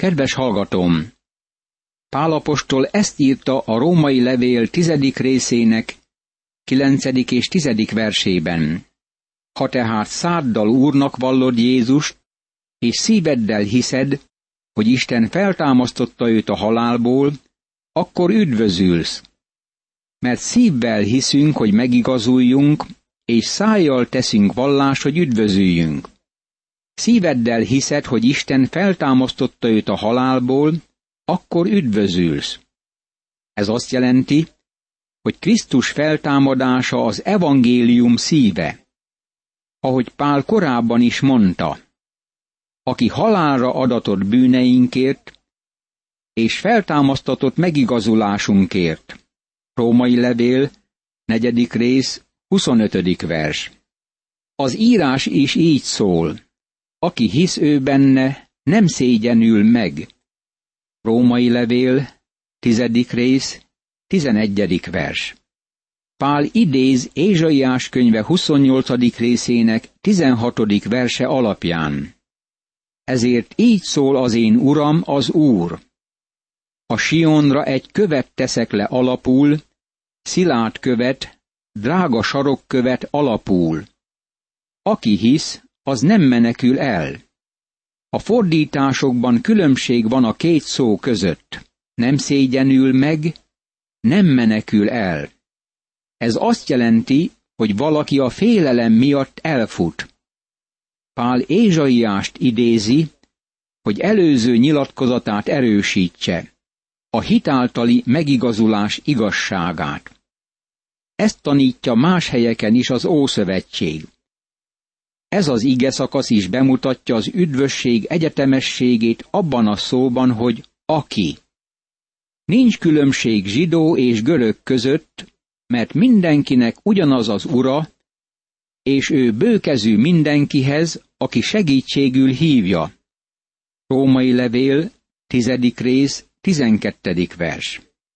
Kedves hallgatóm! Pál apostol ezt írta a római levél 10. részének 9. és 10. versében. Ha tehát száddal Úrnak vallod Jézust, és szíveddel hiszed, hogy Isten feltámasztotta őt a halálból, akkor üdvözülsz. Mert szívvel hiszünk, hogy megigazuljunk, és szájjal teszünk vallást, hogy üdvözüljünk. Szíveddel hiszed, hogy Isten feltámasztotta őt a halálból, akkor üdvözülsz. Ez azt jelenti, hogy Krisztus feltámadása az evangélium szíve. Ahogy Pál korábban is mondta, aki halálra adatott bűneinkért, és feltámasztatott megigazulásunkért. Római levél, 4. rész, 25. vers. Az írás is így szól, aki hisz ő benne, nem szégyenül meg. Római levél, 10. rész, 11. vers. Pál idéz Ézsaiás könyve 28. részének 16. verse alapján. Ezért így szól az én Uram, az Úr. A Sionra egy követ teszek le alapul, szilárd követ, drága sarokkövet alapul. Aki hisz, az nem menekül el. A fordításokban különbség van a két szó között. Nem szégyenül meg, nem menekül el. Ez azt jelenti, hogy valaki a félelem miatt elfut. Pál Ézsaiást idézi, hogy előző nyilatkozatát erősítse, a hitáltali megigazulás igazságát. Ezt tanítja más helyeken is az Ószövetség. Ez az igeszakasz is bemutatja az üdvösség egyetemességét abban a szóban, hogy aki. Nincs különbség zsidó és görög között, mert mindenkinek ugyanaz az Ura, és ő bőkezű mindenkihez, aki segítségül hívja. Római levél, 10. rész, 12. vers.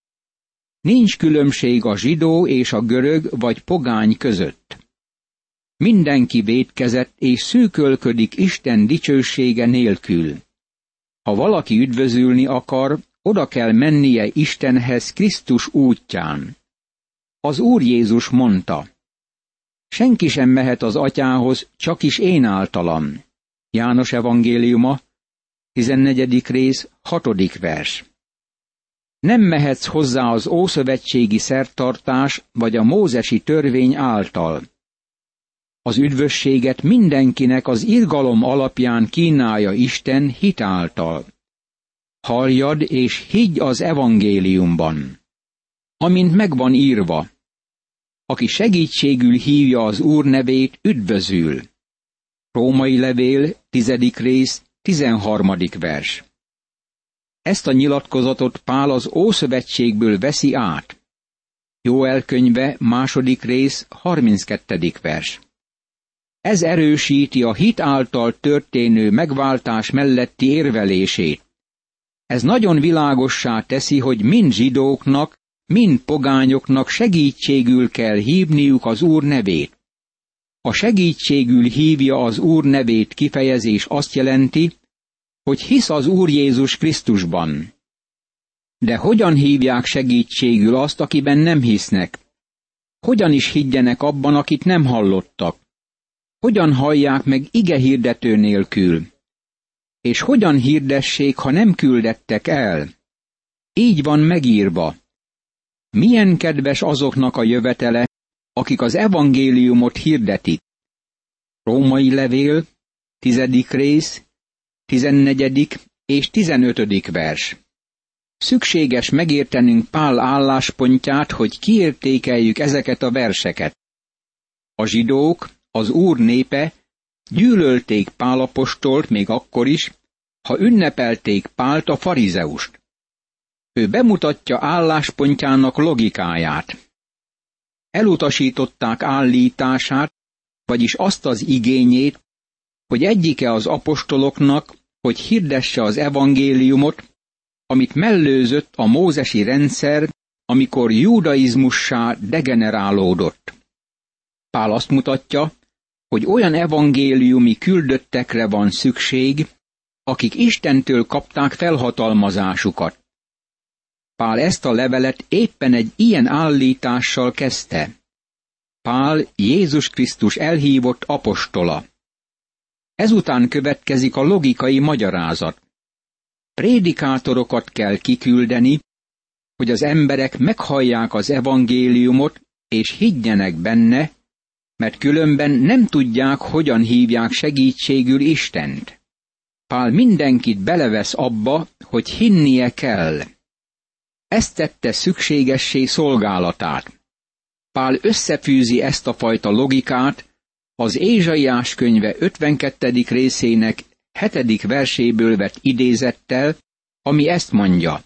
Nincs különbség a zsidó és a görög vagy pogány között. Mindenki vétkezett és szűkölködik Isten dicsősége nélkül. Ha valaki üdvözülni akar, oda kell mennie Istenhez Krisztus útján. Az Úr Jézus mondta, senki sem mehet az Atyához, csakis én általam. János evangéliuma, 14. rész, 6. vers. Nem mehetsz hozzá az ószövetségi szertartás vagy a mózesi törvény által. Az üdvösséget mindenkinek az irgalom alapján kínálja Isten hit által. Halljad és higgy az evangéliumban. Amint megvan írva, aki segítségül hívja az Úr nevét, üdvözül. Római levél, 10. rész, 13. vers. Ezt a nyilatkozatot Pál az Ószövetségből veszi át. Jóel könyve, 2. rész, 32. vers. Ez erősíti a hit által történő megváltás melletti érvelését. Ez nagyon világossá teszi, hogy mind zsidóknak, mind pogányoknak segítségül kell hívniuk az Úr nevét. A segítségül hívja az Úr nevét kifejezés azt jelenti, hogy hisz az Úr Jézus Krisztusban. De hogyan hívják segítségül azt, akiben nem hisznek? Hogyan is higgyenek abban, akit nem hallottak? Hogyan hallják meg igehirdető nélkül? És hogyan hirdessék, ha nem küldettek el? Így van megírva. Milyen kedves azoknak a jövetele, akik az evangéliumot hirdetik. Római levél, 10. rész, 14. és 15. vers. Szükséges megértenünk Pál álláspontját, hogy kiértékeljük ezeket a verseket. A zsidók, az Úr népe gyűlölték Pál apostolt még akkor is, ha ünnepelték Pált, a farizeust. Ő bemutatja álláspontjának logikáját. Elutasították állítását, vagyis azt az igényét, hogy egyike az apostoloknak, hogy hirdesse az evangéliumot, amit mellőzött a mózesi rendszer, amikor judaizmussá degenerálódott. Pál azt mutatja, hogy olyan evangéliumi küldöttekre van szükség, akik Istentől kapták felhatalmazásukat. Pál ezt a levelet éppen egy ilyen állítással kezdte. Pál Jézus Krisztus elhívott apostola. Ezután következik a logikai magyarázat. Prédikátorokat kell kiküldeni, hogy az emberek meghallják az evangéliumot, és higgyenek benne, mert különben nem tudják, hogyan hívják segítségül Istent. Pál mindenkit belevesz abba, hogy hinnie kell. Ezt tette szükségessé szolgálatát. Pál összefűzi ezt a fajta logikát az Ézsaiás könyve 52. részének 7. verséből vett idézettel, ami ezt mondja: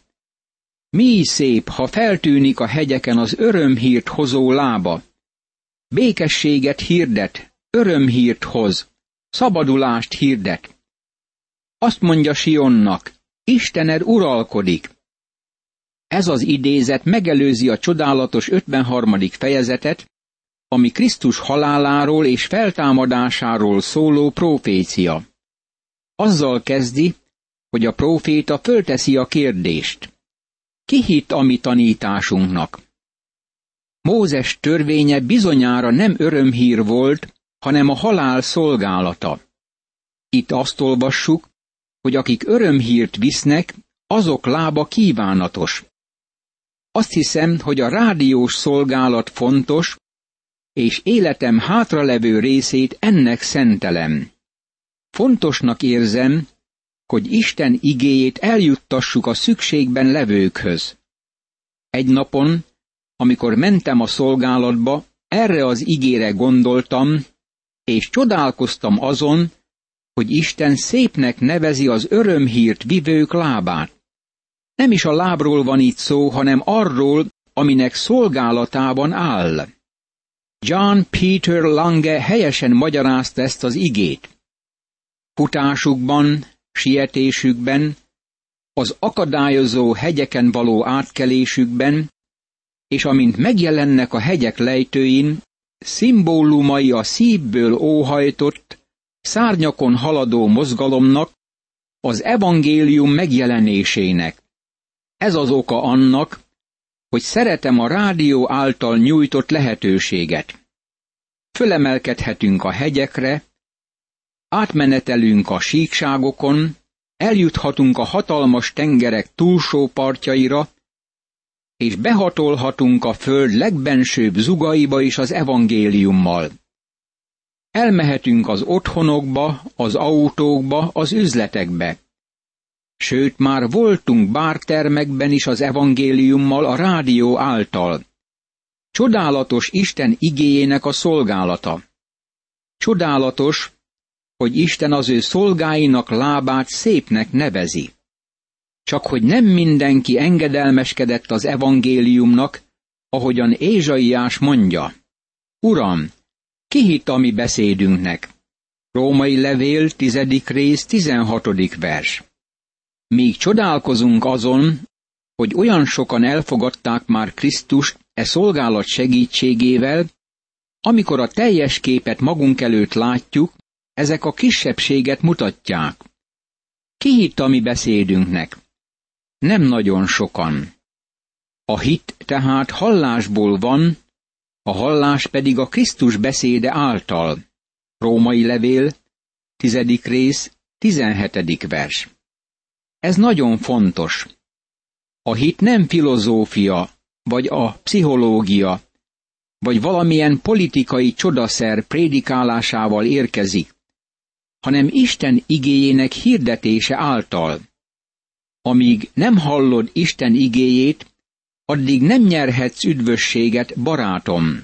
Mi szép, ha feltűnik a hegyeken az örömhírt hozó lába. Békességet hirdet, örömhírt hoz, szabadulást hirdet. Azt mondja Sionnak, Istened uralkodik. Ez az idézet megelőzi a csodálatos 53. fejezetet, ami Krisztus haláláról és feltámadásáról szóló prófécia. Azzal kezdi, hogy a próféta fölteszi a kérdést. Ki hitt a mi tanításunknak? Mózes törvénye bizonyára nem örömhír volt, hanem a halál szolgálata. Itt azt olvassuk, hogy akik örömhírt visznek, azok lába kívánatos. Azt hiszem, hogy a rádiós szolgálat fontos, és életem hátralevő részét ennek szentelem. Fontosnak érzem, hogy Isten igéjét eljuttassuk a szükségben levőkhöz. Egy napon, amikor mentem a szolgálatba, erre az igére gondoltam, és csodálkoztam azon, hogy Isten szépnek nevezi az örömhírt vivők lábát. Nem is a lábról van itt szó, hanem arról, aminek szolgálatában áll. John Peter Lange helyesen magyarázta ezt az igét. Futásukban, sietésükben, az akadályozó hegyeken való átkelésükben, és amint megjelennek a hegyek lejtőin, szimbólumai a szívből óhajtott, szárnyakon haladó mozgalomnak, az evangélium megjelenésének. Ez az oka annak, hogy szeretem a rádió által nyújtott lehetőséget. Fölemelkedhetünk a hegyekre, átmenetelünk a síkságokon, eljuthatunk a hatalmas tengerek túlsó partjaira, és behatolhatunk a föld legbensőbb zugaiba is az evangéliummal. Elmehetünk az otthonokba, az autókba, az üzletekbe. Sőt, már voltunk bártermekben is az evangéliummal a rádió által. Csodálatos Isten igéjének a szolgálata. Csodálatos, hogy Isten az ő szolgáinak lábát szépnek nevezi. Csak hogy nem mindenki engedelmeskedett az evangéliumnak, ahogyan Ézsaiás mondja. Uram, ki hitt a mi beszédünknek? Római levél 10. rész 16. vers. Míg csodálkozunk azon, hogy olyan sokan elfogadták már Krisztust e szolgálat segítségével, amikor a teljes képet magunk előtt látjuk, ezek a kisebbséget mutatják. Ki hitt a mi beszédünknek? Nem nagyon sokan. A hit tehát hallásból van, a hallás pedig a Krisztus beszéde által. Római levél, 10. rész, 17. vers. Ez nagyon fontos. A hit nem filozófia, vagy a pszichológia, vagy valamilyen politikai csodaszer prédikálásával érkezik, hanem Isten igéjének hirdetése által. Amíg nem hallod Isten igéjét, addig nem nyerhetsz üdvösséget, barátom.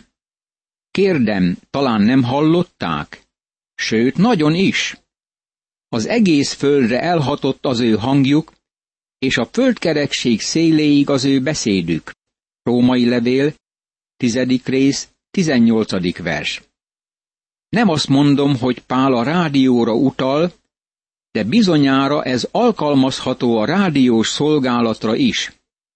Kérdem, talán nem hallották? Sőt, nagyon is. Az egész földre elhatott az ő hangjuk, és a földkerekség széléig az ő beszédük. Római levél, 10. rész, 18. vers. Nem azt mondom, hogy Pál a rádióra utal, de bizonyára ez alkalmazható a rádiós szolgálatra is.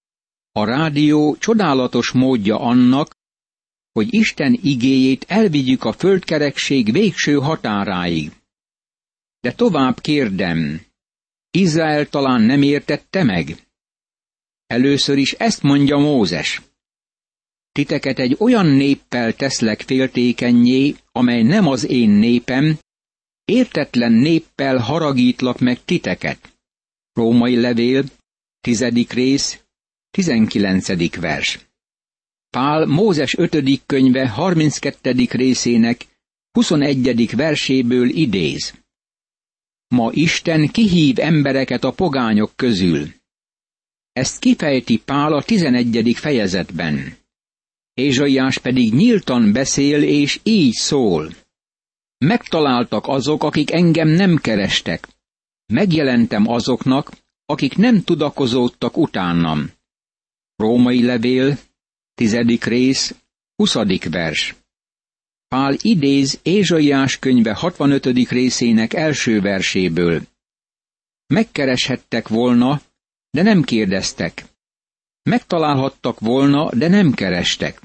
A rádió csodálatos módja annak, hogy Isten igéjét elvigyük a földkerekség végső határáig. De tovább kérdem, Izrael talán nem értette meg? Először is ezt mondja Mózes. Titeket egy olyan néppel teszlek féltékennyé, amely nem az én népem, értetlen néppel haragítlak meg titeket. Római levél, 10. rész, 19. vers. Pál Mózes 5. könyve 32. részének 21. verséből idéz. Ma Isten kihív embereket a pogányok közül. Ezt kifejti Pál a 11. fejezetben. Ézsaiás pedig nyíltan beszél, és így szól. Megtaláltak azok, akik engem nem kerestek. Megjelentem azoknak, akik nem tudakozódtak utánam. Római levél, 10. rész, 20. vers. Pál idéz Ézsaiás könyve 65. részének első verséből. Megkereshettek volna, de nem kérdeztek. Megtalálhattak volna, de nem kerestek.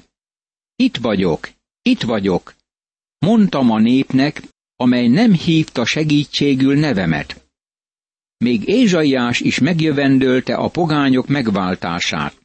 Itt vagyok, mondtam a népnek, amely nem hívta segítségül nevemet. Még Ézsaiás is megjövendölte a pogányok megváltását.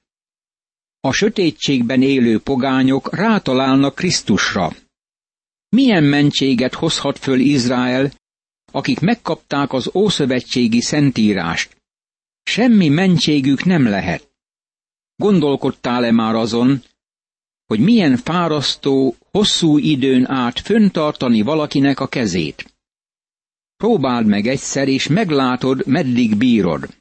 A sötétségben élő pogányok rátalálnak Krisztusra. Milyen mentséget hozhat föl Izrael, akik megkapták az ószövetségi szentírást? Semmi mentségük nem lehet. Gondolkodtál-e már azon, hogy milyen fárasztó, hosszú időn át föntartani valakinek a kezét? Próbáld meg egyszer, és meglátod, meddig bírod.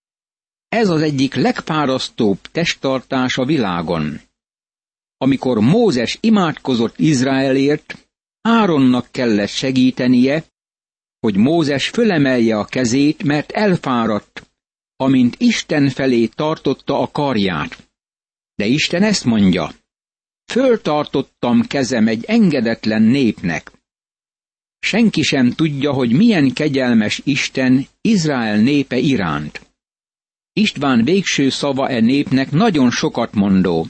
Ez az egyik legfárasztóbb testtartás a világon. Amikor Mózes imádkozott Izraelért, Áronnak kellett segítenie, hogy Mózes fölemelje a kezét, mert elfáradt, amint Isten felé tartotta a karját. De Isten ezt mondja, föltartottam kezem egy engedetlen népnek. Senki sem tudja, hogy milyen kegyelmes Isten Izrael népe iránt. István végső szava e népnek nagyon sokat mondó.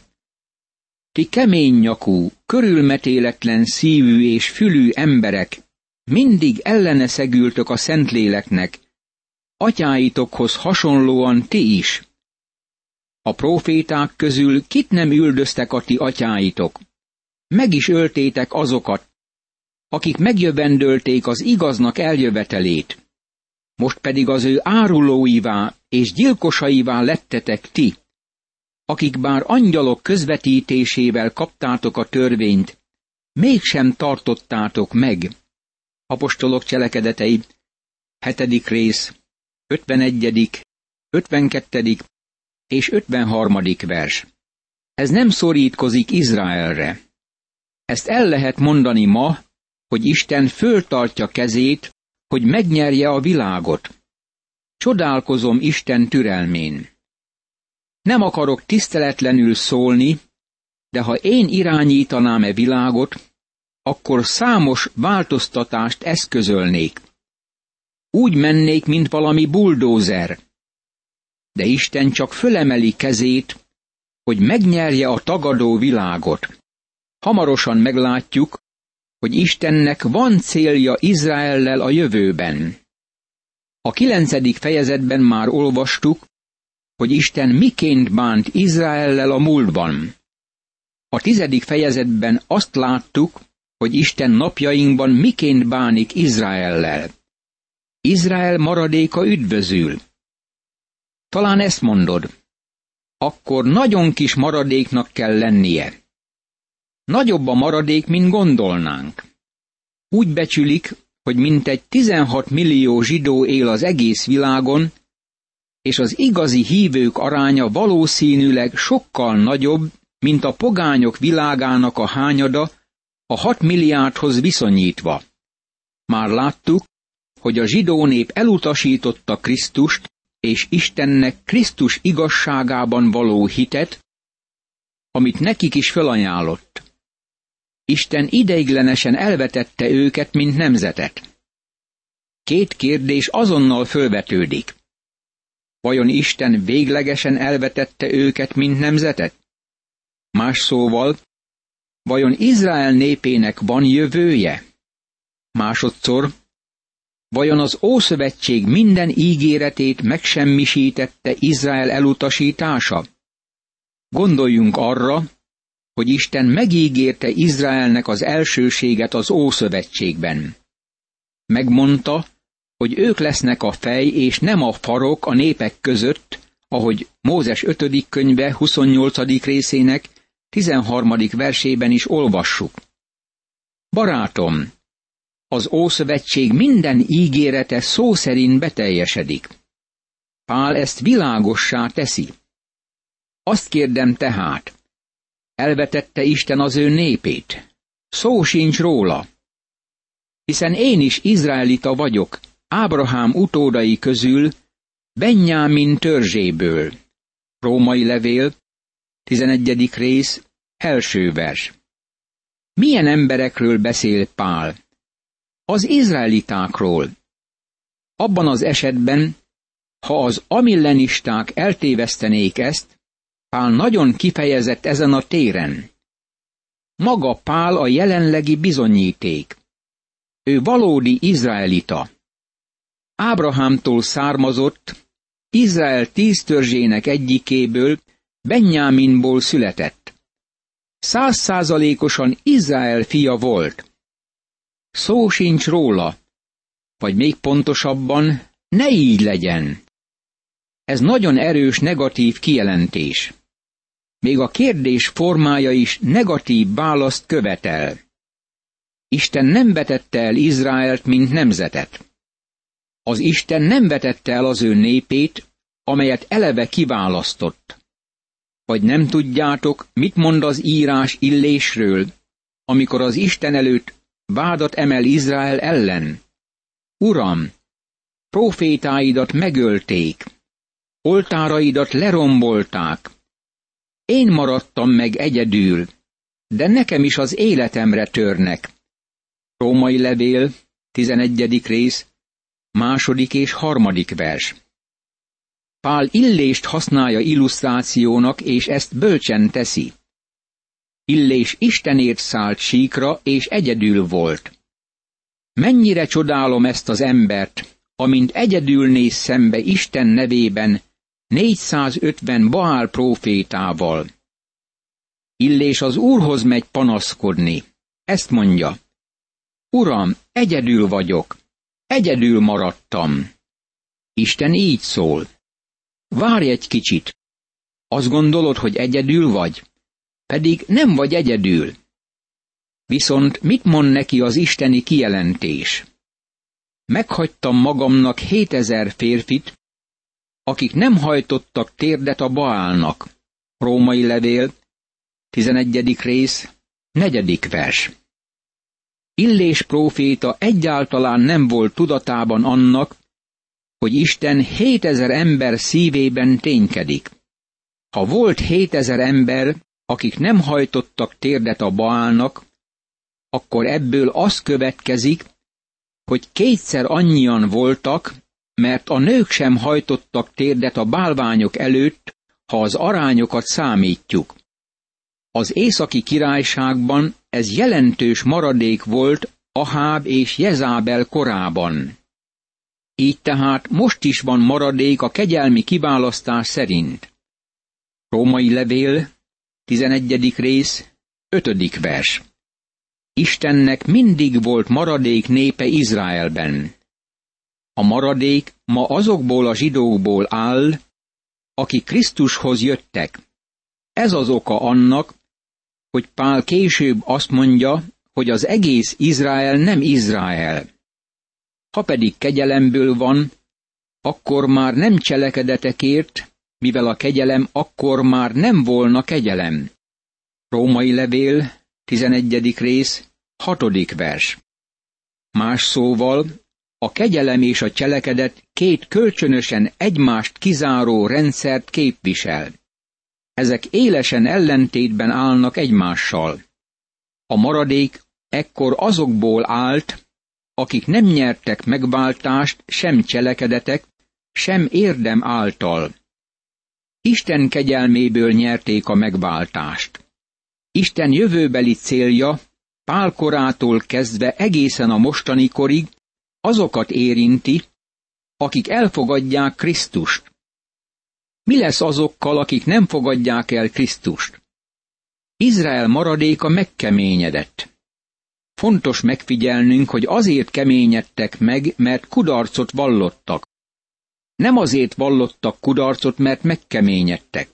Ti kemény nyakú, körülmetéletlen szívű és fülű emberek, mindig ellene szegültök a Szentléleknek, atyáitokhoz hasonlóan ti is. A próféták közül kit nem üldöztek a ti atyáitok? Meg is öltétek azokat, akik megjövendölték az igaznak eljövetelét. Most pedig az ő árulóivá és gyilkosaivá lettetek ti, akik bár angyalok közvetítésével kaptátok a törvényt, mégsem tartottátok meg. Apostolok cselekedetei, 7. rész, 51., 52. és 53. vers. Ez nem szorítkozik Izraelre. Ezt el lehet mondani ma, hogy Isten föltartja kezét, hogy megnyerje a világot. Csodálkozom Isten türelmén. Nem akarok tiszteletlenül szólni, de ha én irányítanám e világot, akkor számos változtatást eszközölnék. Úgy mennék, mint valami buldózer. De Isten csak fölemeli kezét, hogy megnyerje a tagadó világot. Hamarosan meglátjuk, hogy Istennek van célja Izraellel a jövőben. A 9. fejezetben már olvastuk, hogy Isten miként bánt Izraellel a múltban. A 10. fejezetben azt láttuk, hogy Isten napjainkban miként bánik Izraellel. Izrael maradéka üdvözül. Talán ezt mondod, akkor nagyon kis maradéknak kell lennie. Nagyobb a maradék, mint gondolnánk. Úgy becsülik, hogy mintegy 16 millió zsidó él az egész világon, és az igazi hívők aránya valószínűleg sokkal nagyobb, mint a pogányok világának a hányada a 6 milliárdhoz viszonyítva. Már láttuk, hogy a zsidó nép elutasította Krisztust, és Istennek Krisztus igazságában való hitet, amit nekik is felajánlott. Isten ideiglenesen elvetette őket, mint nemzetet. 2 kérdés azonnal fölvetődik. Vajon Isten véglegesen elvetette őket, mint nemzetet? Más szóval, vajon Izrael népének van jövője? Másodszor, Vajon az Ószövetség minden ígéretét megsemmisítette Izrael elutasítása? Gondoljunk arra, hogy Isten megígérte Izraelnek az elsőséget az Ószövetségben. Megmondta, hogy ők lesznek a fej és nem a farok a népek között, ahogy Mózes 5. könyve 28. részének 13. versében is olvassuk. Barátom, az Ószövetség minden ígérete szó szerint beteljesedik. Pál ezt világossá teszi. Azt kérdem tehát, elvetette Isten az ő népét? Szó sincs róla. Hiszen én is izraelita vagyok, Ábrahám utódai közül, Benjámin törzséből. Római levél, 11. rész, első vers. Milyen emberekről beszél Pál? Az izraelitákról. Abban az esetben, ha az amillenisták eltévesztenék ezt, Pál nagyon kifejezett ezen a téren. Maga Pál a jelenlegi bizonyíték. Ő valódi izraelita. Ábrahámtól származott, Izrael 10 törzsének egyikéből, Benjáminból született. 100%-osan Izrael fia volt. Szó sincs róla, vagy még pontosabban, ne így legyen. Ez nagyon erős negatív kijelentés. Még a kérdés formája is negatív választ követel. Isten nem vetette el Izraelt, mint nemzetet. Az Isten nem vetette el az ő népét, amelyet eleve kiválasztott. Vagy nem tudjátok, mit mond az írás Illésről, amikor az Isten előtt vádat emel Izrael ellen? Uram, prófétáidat megölték, oltáraidat lerombolták. Én maradtam meg egyedül, de nekem is az életemre törnek. Római levél, 11. rész, 2. és 3. vers. Pál Illést használja illusztrációnak, és ezt bölcsen teszi. Illés Istenért szállt síkra, és egyedül volt. Mennyire csodálom ezt az embert, amint egyedül néz szembe Isten nevében 450 Baál prófétával. Illés az Úrhoz megy panaszkodni. Ezt mondja: Uram, egyedül vagyok, egyedül maradtam. Isten így szól: várj egy kicsit. Azt gondolod, hogy egyedül vagy? Pedig nem vagy egyedül. Viszont mit mond neki az isteni kijelentés? Meghagytam magamnak 7000 férfit, akik nem hajtottak térdet a Baálnak. Római levél, 11. rész, 4. vers. Illés próféta egyáltalán nem volt tudatában annak, hogy Isten 7000 ember szívében ténykedik. Ha volt 7000 ember, akik nem hajtottak térdet a Baálnak, akkor ebből az következik, hogy 2-szer annyian voltak, mert a nők sem hajtottak térdet a bálványok előtt, ha az arányokat számítjuk. Az északi királyságban ez jelentős maradék volt Aháb és Jezábel korában. Így tehát most is van maradék a kegyelmi kiválasztás szerint. Római levél, 11. rész, 5. vers. Istennek mindig volt maradék népe Izraelben. A maradék ma azokból a zsidókból áll, akik Krisztushoz jöttek. Ez az oka annak, hogy Pál később azt mondja, hogy az egész Izrael nem Izrael. Ha pedig kegyelemből van, akkor már nem cselekedetekért, mivel a kegyelem akkor már nem volna kegyelem. Római levél, 11. rész, 6. vers. Más szóval, a kegyelem és a cselekedet két kölcsönösen egymást kizáró rendszert képvisel. Ezek élesen ellentétben állnak egymással. A maradék ekkor azokból állt, akik nem nyertek megváltást sem cselekedetek, sem érdem által. Isten kegyelméből nyerték a megváltást. Isten jövőbeli célja Pál korától kezdve egészen a mostani korig azokat érinti, akik elfogadják Krisztust. Mi lesz azokkal, akik nem fogadják el Krisztust? Izrael maradéka megkeményedett. Fontos megfigyelnünk, hogy azért keményedtek meg, mert kudarcot vallottak. Nem azért vallottak kudarcot, mert megkeményedtek.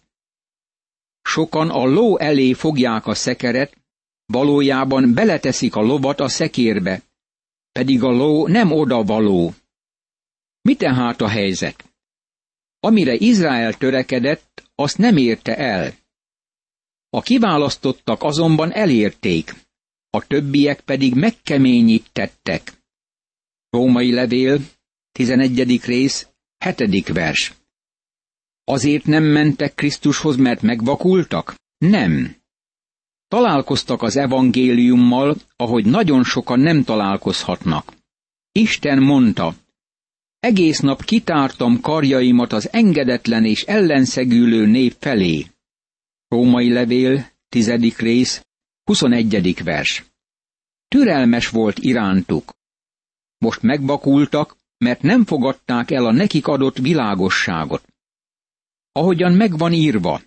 Sokan a ló elé fogják a szekeret, valójában beleteszik a lovat a szekérbe, pedig a ló nem oda való. Mi tehát a helyzet? Amire Izrael törekedett, azt nem érte el. A kiválasztottak azonban elérték, a többiek pedig megkeményítettek. Római levél, 11. rész, 7. vers. Azért nem mentek Krisztushoz, mert megvakultak? Nem. Találkoztak az evangéliummal, ahogy nagyon sokan nem találkozhatnak. Isten mondta, egész nap kitártam karjaimat az engedetlen és ellenszegülő nép felé. Római levél, 10. rész, 21. vers. Türelmes volt irántuk. Most megvakultak, mert nem fogadták el a nekik adott világosságot. Ahogyan megvan írva,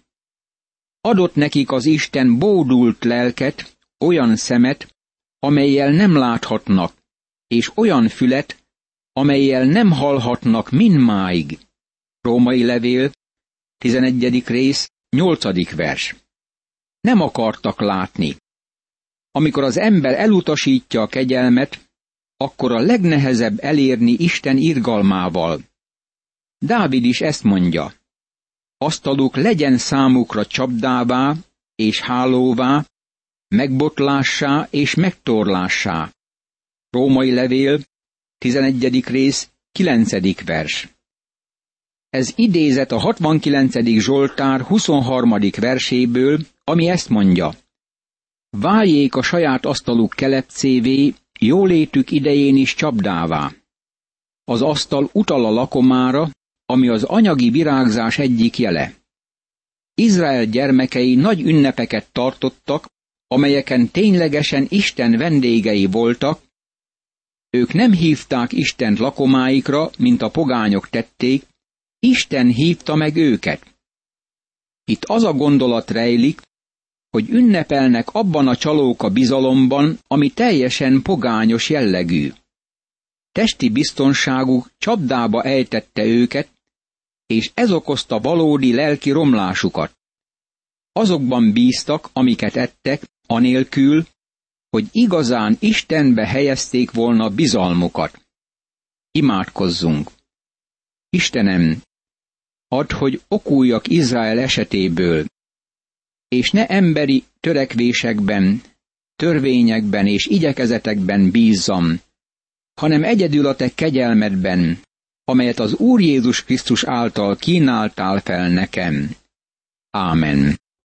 adott nekik az Isten bódult lelket, olyan szemet, amellyel nem láthatnak, és olyan fület, amellyel nem hallhatnak mindmáig. Római levél, 11. rész, 8. vers. Nem akartak látni. Amikor az ember elutasítja a kegyelmet, akkor a legnehezebb elérni Isten irgalmával. Dávid is ezt mondja. Asztaluk legyen számukra csapdává és hálóvá, megbotlássá és megtorlássá. Római levél, 11. rész, 9. vers. Ez idézet a 69. Zsoltár 23. verséből, ami ezt mondja. Váljék a saját asztaluk kelepcévé, jólétük idején is csapdává. Az asztal utal a lakomára, ami az anyagi virágzás egyik jele. Izrael gyermekei nagy ünnepeket tartottak, amelyeken ténylegesen Isten vendégei voltak. Ők nem hívták Istent lakomáikra, mint a pogányok tették, Isten hívta meg őket. Itt az a gondolat rejlik, hogy ünnepelnek abban a csalóka bizalomban, ami teljesen pogányos jellegű. Testi biztonságuk csapdába ejtette őket, és ez okozta valódi lelki romlásukat. Azokban bíztak, amiket ettek, anélkül, hogy igazán Istenbe helyezték volna bizalmukat. Imádkozzunk! Istenem, add, hogy okuljak Izrael esetéből, és ne emberi törekvésekben, törvényekben és igyekezetekben bízzam, hanem egyedül a te kegyelmedben, amelyet az Úr Jézus Krisztus által kínáltál fel nekem. Ámen.